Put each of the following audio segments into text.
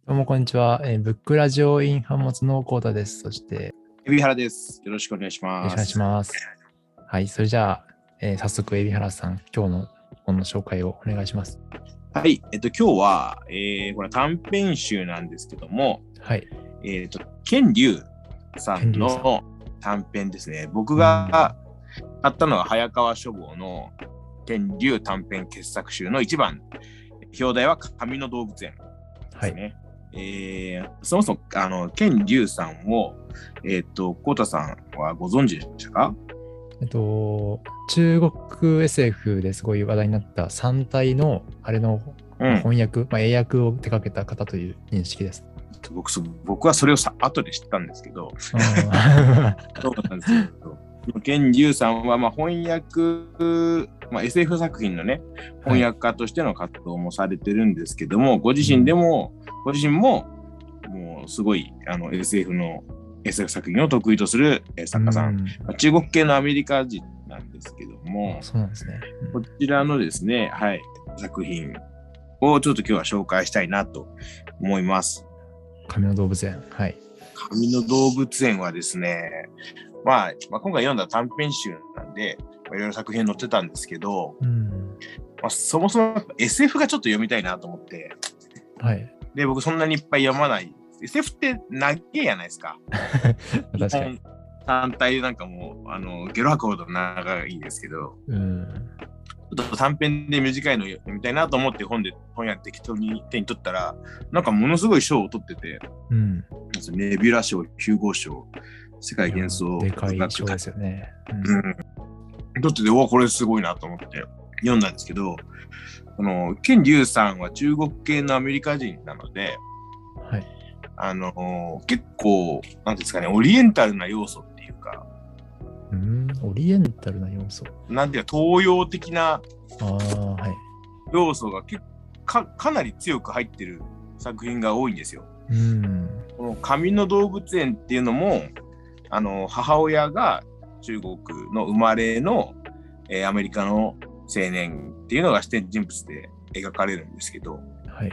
どうもこんにちは。ブックラジオイン版物のコータです。そして、 海老原です。よろしくお願いしよろます。 しくお願いします。はい、それじゃあ、早速、海老原さん、今日の本の紹介をお願いします。 はい、今日は、これ短編集なんですけども、 はい。 ケンリュウさんの短編ですね。僕が買ったのは早川書房のケンリュウ短編傑作集の1番、表題は紙の動物園ですね。はい。そもそもケンリュウさんを、コウタさんはご存知でしたか？ 中国 SF ですごい話題になった3体のあれの翻訳、英訳を手掛けた方という認識です。 僕はそれを後で知ったんですけど、そうなんですよ。ケンリュウさんは翻訳、SF 作品のね、翻訳家としての活動もされてるんですけども、ご自身ももうすごいSF 作品を得意とする作家さん、中国系のアメリカ人なんですけども、 そうなんですね。 こちらのですね、はい、作品をちょっと今日は紹介したいなと思います。 紙の動物園。はい。 紙の動物園はですね、今回読んだ短編集なんで、いろいろ作品載ってたんですけど、そもそも SF がちょっと読みたいなと思って、 はい。 で、僕そんなにいっぱい読まない。SF って長いやないですか。 確かに。 単体なんかもう、ゲロ吐くほど長いですけど、ちょっと短編で短いの読みたいなと思って本屋適当に手に取ったら、なんかものすごい賞を取ってて、ネビュラ賞、ヒューゴ賞、世界幻想でかい賞ですよね。 取ってて、これすごいなと思って読んだんですけど、ケンリュウさんは中国系のアメリカ人なので、 はい、 結構なんですかね、オリエンタルな要素っていうか、 オリエンタルな要素、 なんていうか東洋的な要素がかなり強く入ってる作品が多いんですよ。この紙の動物園っていうのも母親が中国の生まれの、アメリカの青年っていうのが視点人物で描かれるんですけど、 はい、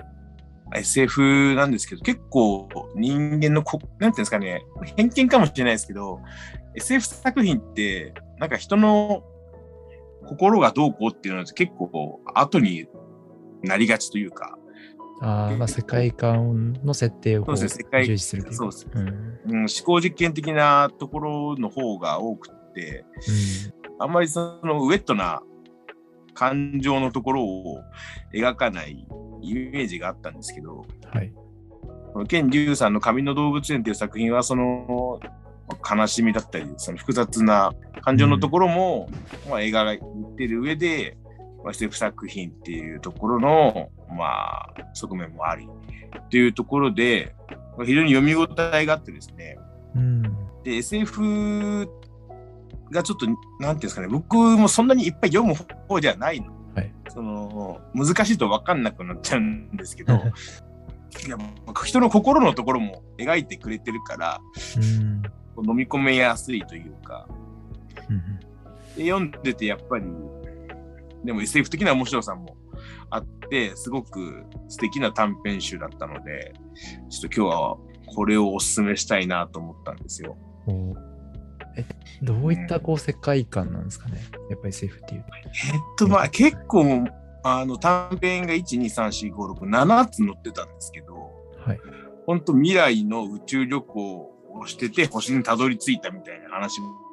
SF なんですけど、結構人間のなんていうんですかね、偏見かもしれないですけど、SF 作品ってなんか人の心がどうこうっていうのは結構後になりがちというか、 世界観の設定を重視するというか、 そうです思考実験的なところの方が多くて、あんまりそのウェットな感情のところを描かないイメージがあったんですけど、ケンリュウさんの紙の動物園っていう作品はその悲しみだったりその複雑な感情のところも、描いてる上で、SF 作品っていうところの、側面もありっていうところで非常に読み応えがあってですね、で SF がちょっとなんていうんですかね、僕もそんなにいっぱい読む方ではないの、その難しいと分かんなくなっちゃうんですけどいや人の心のところも描いてくれてるから、飲み込めやすいというか、で読んでてやっぱりでも SF 的な面白さもあってすごく素敵な短編集だったので、ちょっと今日はこれをおすすめしたいなと思ったんですよ。 どういった世界観なんですかね、やっぱり SF っていう。 結構短編が 1,2,3,4,5,6,7 つ載ってたんですけど、本当未来の宇宙旅行をしてて星にたどり着いたみたいな話も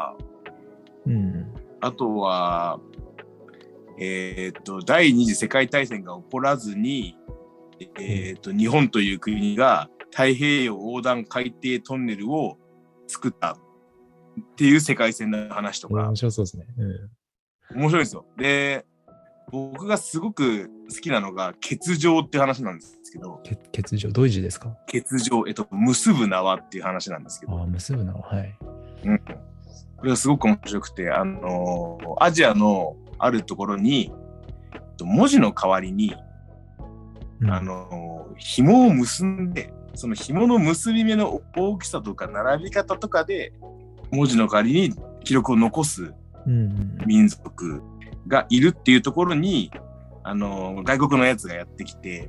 あとは第二次世界大戦が起こらずに、日本という国が太平洋横断海底トンネルを作ったっていう世界線の話とか。 面白そうですね。 面白いですよ。で、僕がすごく好きなのが欠場っていう話なんですけど。 欠場、どういう字ですか？ 欠場、結ぶ縄っていう話なんですけど。 結ぶ縄、はい。 これがすごく面白くて、アジアのあるところに文字の代わりに、紐を結んで、その紐の結び目の大きさとか並び方とかで文字の代わりに記録を残す民族がいるっていうところに、外国のやつがやってきて、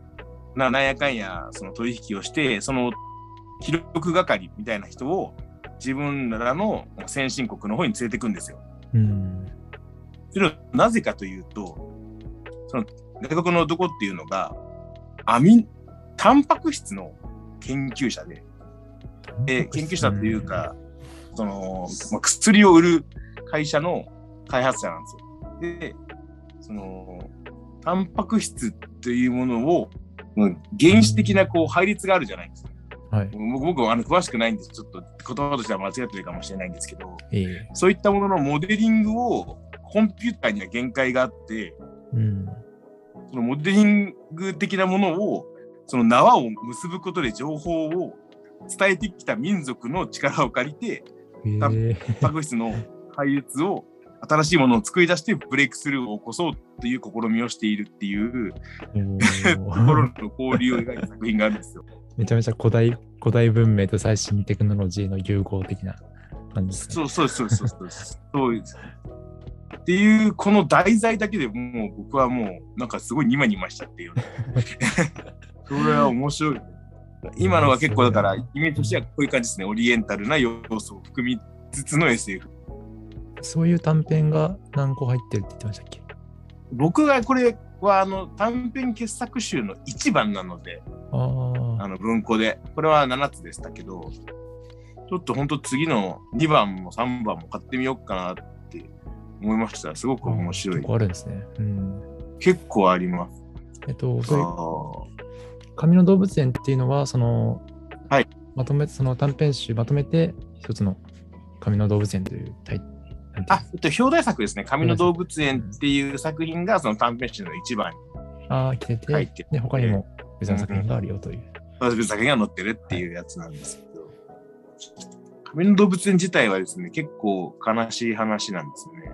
なんやかんやその取引をして、その記録係みたいな人を自分らの先進国の方に連れてくんですよ。それはなぜかというと、その外国の男っていうのがタンパク質の研究者で、研究者というか、その、薬を売る会社の開発者なんですよ。で、そのタンパク質というものを原始的な配列があるじゃないですか。はい、僕は詳しくないんです。ちょっと言葉としては間違ってるかもしれないんですけど、そういったもののモデリングをコンピューターには限界があって、そのモデリング的なものをその縄を結ぶことで情報を伝えてきた民族の力を借りて、タンパク質の配列を新しいものを作り出してブレイクスルーを起こそうという試みをしているっていうところの交流を描いた作品があるんですよ。 めちゃめちゃ古代文明と最新テクノロジーの融合的な感じですね。そうです。っていうこの題材だけでもう僕はもうなんかすごいニマニマしちゃってよね。それは面白い。今のは結構だからイメージとしてはこういう感じですね。オリエンタルな要素を含みつつの SF。 そういう短編が何個入ってるって言ってましたっけ？ 僕がこれは短編傑作集の1番なので、文庫でこれは7つでしたけど、ちょっと本当次の2番も3番も買ってみようかなって思いました。すごく面白い。 結構あるんですね。 結構あります。 そういう紙の動物園っていうのはその、 はい、 その短編集まとめて一つの紙の動物園という表題作ですね。紙の動物園っていう作品がその短編集の一番に来てて、で他にも別の作品があるよという。 別の作品が載ってるっていうやつなんですけど、紙の動物園自体はですね、結構悲しい話なんですよね。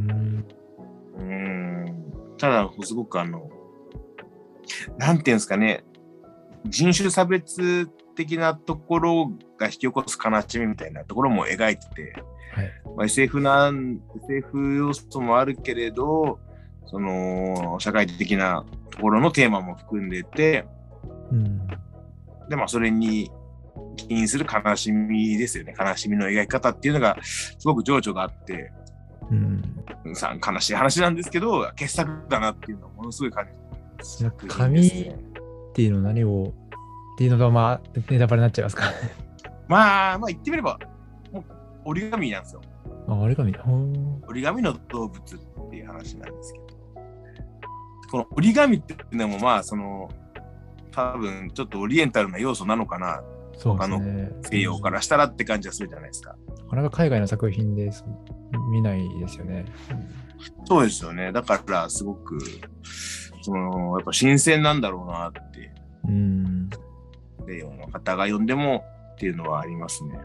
ただ、すごくなんていうんですかね、人種差別的なところが引き起こす悲しみみたいなところも描いてて、SF 要素もあるけれど、その社会的なところのテーマも含んでて、でそれに起因する悲しみですよね。悲しみの描き方っていうのがすごく情緒があって、悲しい話なんですけど傑作だなっていうのをものすごい感じる。 紙っていうの何をっていうのがネタバレになっちゃいますか？ 言ってみればもう折り紙なんですよ。 折り紙の動物っていう話なんですけど、この折り紙っていうのもその多分ちょっとオリエンタルな要素なのかな、他の西洋からしたらって感じがするじゃないですか。 なかなか海外の作品で見ないですよね。 そうですよね。だからすごくやっぱ新鮮なんだろうなって。西洋の方が読んでもっていうのはありますね。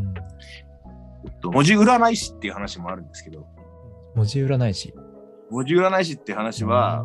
文字占い師っていう話もあるんですけど。 文字占い師っていう話は、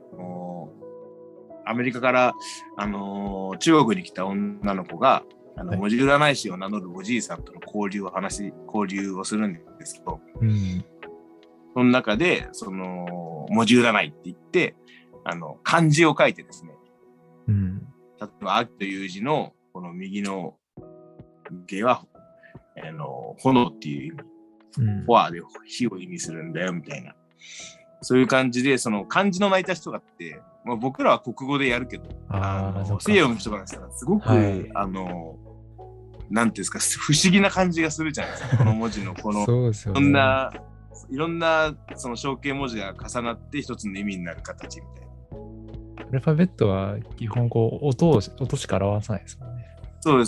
アメリカから、中国に来た女の子が文字占い師を名乗るおじいさんとの交流をするんですけど、その中で文字占いって言って漢字を書いてですね、例えば秋という字のこの右の下は炎っていう意味、フォアで火を意味するんだよみたいな、そういう感じでその漢字の泣いた人があって、僕らは国語でやるけど西洋の人からしたらすごく、なんていうんですか、不思議な感じがするじゃないですか。この文字のこのそうですよね、 いろんなその象形文字が重なって一つの意味になる形みたいな。 アルファベットは基本音しか表さないですもんね。 そうです。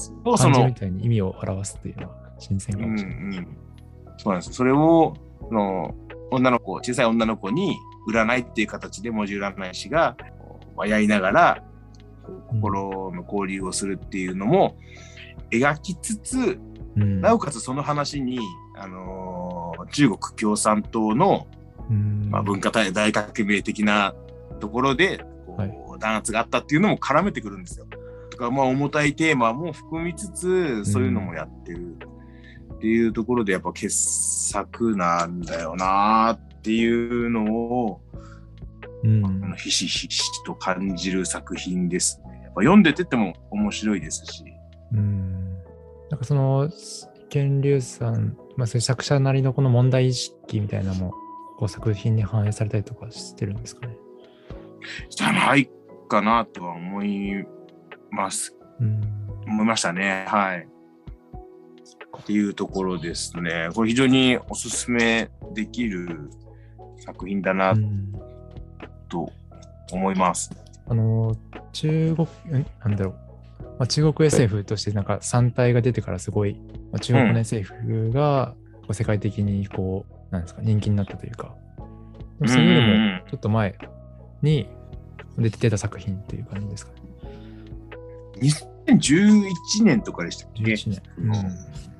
漢字みたいに意味を表すっていうのは新鮮かもしれない。 そうなんです。それを小さい女の子に占いっていう形で文字占い師がやりながら心の交流をするっていうのも描きつつ、なおかつその話に、中国共産党の、文化大革命的なところで弾圧があったっていうのも絡めてくるんですよ。とか重たいテーマも含みつつそういうのもやってるっていうところでやっぱ傑作なんだよなっていうのをひしひしと感じる作品ですね。やっぱ読んでてても面白いですし。 なんかその乾隆さん、そういう作者なりのこの問題意識みたいなのもこう作品に反映されたりとかしてるんですかね。 じゃないかなとは思います。思いましたね。はい。っていうところですね。これ非常におすすめできる作品だなと思います。 中国 SF としてなんか3体が出てからすごい、中国の SF が世界的にこうなんですか人気になったというか、それよりもちょっと前に出た作品っていう感じですかね。 2011年とかでしたっけ ？11年。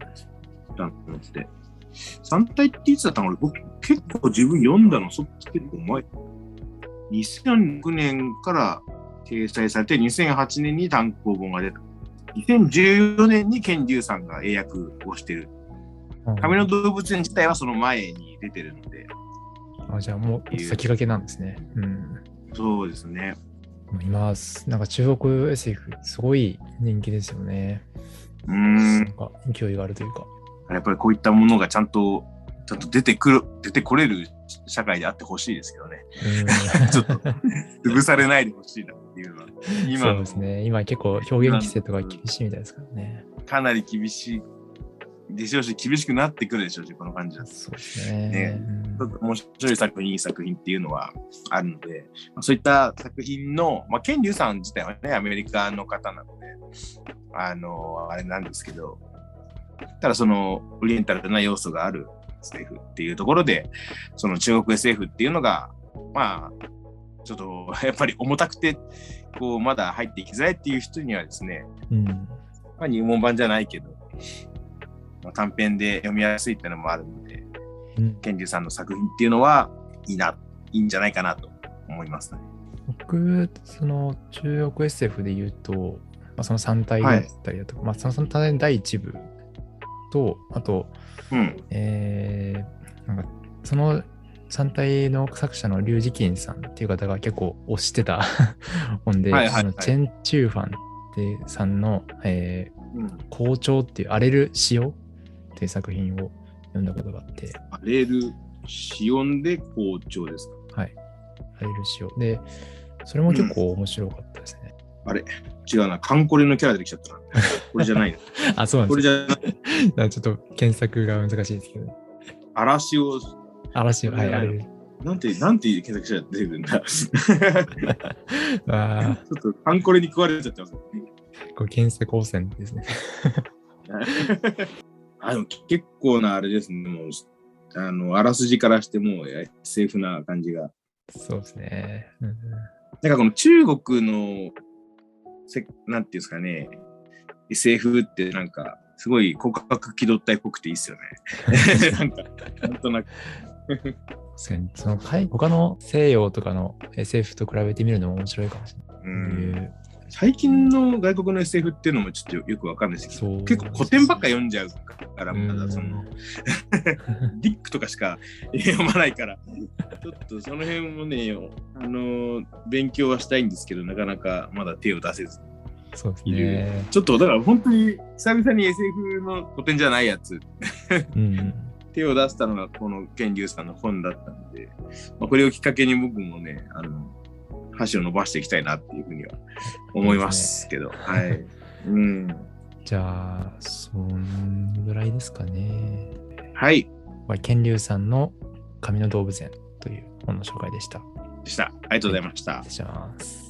3体っていつだったの？僕結構自分読んだの結構前。2006年から掲載されて2008年に単行本が出た。2014年に乾隆さんが英訳をしてる。紙の動物園自体はその前に出てるので。 じゃあもう先駆けなんですね。 そうですね。 今なんか中国 SF すごい人気ですよね。なんか勢いがあるというか。 やっぱりこういったものがちゃんと出てこれる社会であってほしいですけどね。ちょっと潰されないでほしいなっていうのは。 そうですね。今結構表現規制とか厳しいみたいですからね。 かなり厳しいでしょうし、厳しくなってくるでしょうし、この感じだと。 そうですね。 ちょっと面白い作品、いい作品っていうのはあるので、そういった作品の、乾隆さん自体はね、アメリカの方なので、あれなんですけど、ただそのオリエンタルな要素があるSF っていうところで、その中国 SF っていうのが、ちょっとやっぱり重たくて、こうまだ入っていきづらいっていう人にはですね、入門版じゃないけど、短編で読みやすいっていうのもあるので、乾隆さんの作品っていうのはいいんじゃないかなと思いますね。 僕、その中国 SF で言うと、その3体だったりだとか、その3体の第1部と、あと、なんかその3体の作者の劉慈欣さんっていう方が結構推してた本で、チェン・チューファンってさんの、校長っていう荒れる潮っていう作品を読んだことがあって。 荒れる潮で校長ですか？ はい。荒れる潮。で、それも結構面白かったですね。 あれ違うな。カンコレのキャラ出てきちゃったな。これじゃないの。そうなんです。 これじゃない。 ちょっと検索が難しいですけど。 嵐を。 嵐を、はい、あれ。 なんて検索したら出てくるんだ。ちょっとカンコレに食われちゃってます。 これ検索汚染ですね。 でも結構なあれですね。もうあらすじからしてもSF な感じが。 そうですね。 なんかこの中国のなんていうんですかね、SF ってなんかすごい骨格気取ったっぽくていいっすよね。なんとなく。 その他の西洋とかの SF と比べてみるのも面白いかもしれない。 最近の外国の SF っていうのもちょっとよくわかんないですけど、結構古典ばっか読んじゃうから、まだそのディックとかしか読まないから、ちょっとその辺もね、勉強はしたいんですけど、なかなかまだ手を出せず。 そうですね。 ちょっとだから本当に久々に SF の古典じゃないやつ、手を出したのがこの乾隆さんの本だったので、これをきっかけに僕もね、箸を伸ばしていきたいなっていうふうには思いますけど、はい。 じゃあ、そんぐらいですかね。 はい。 乾隆さんの紙の動物園という本の紹介でした。 ありがとうございました。 失礼します。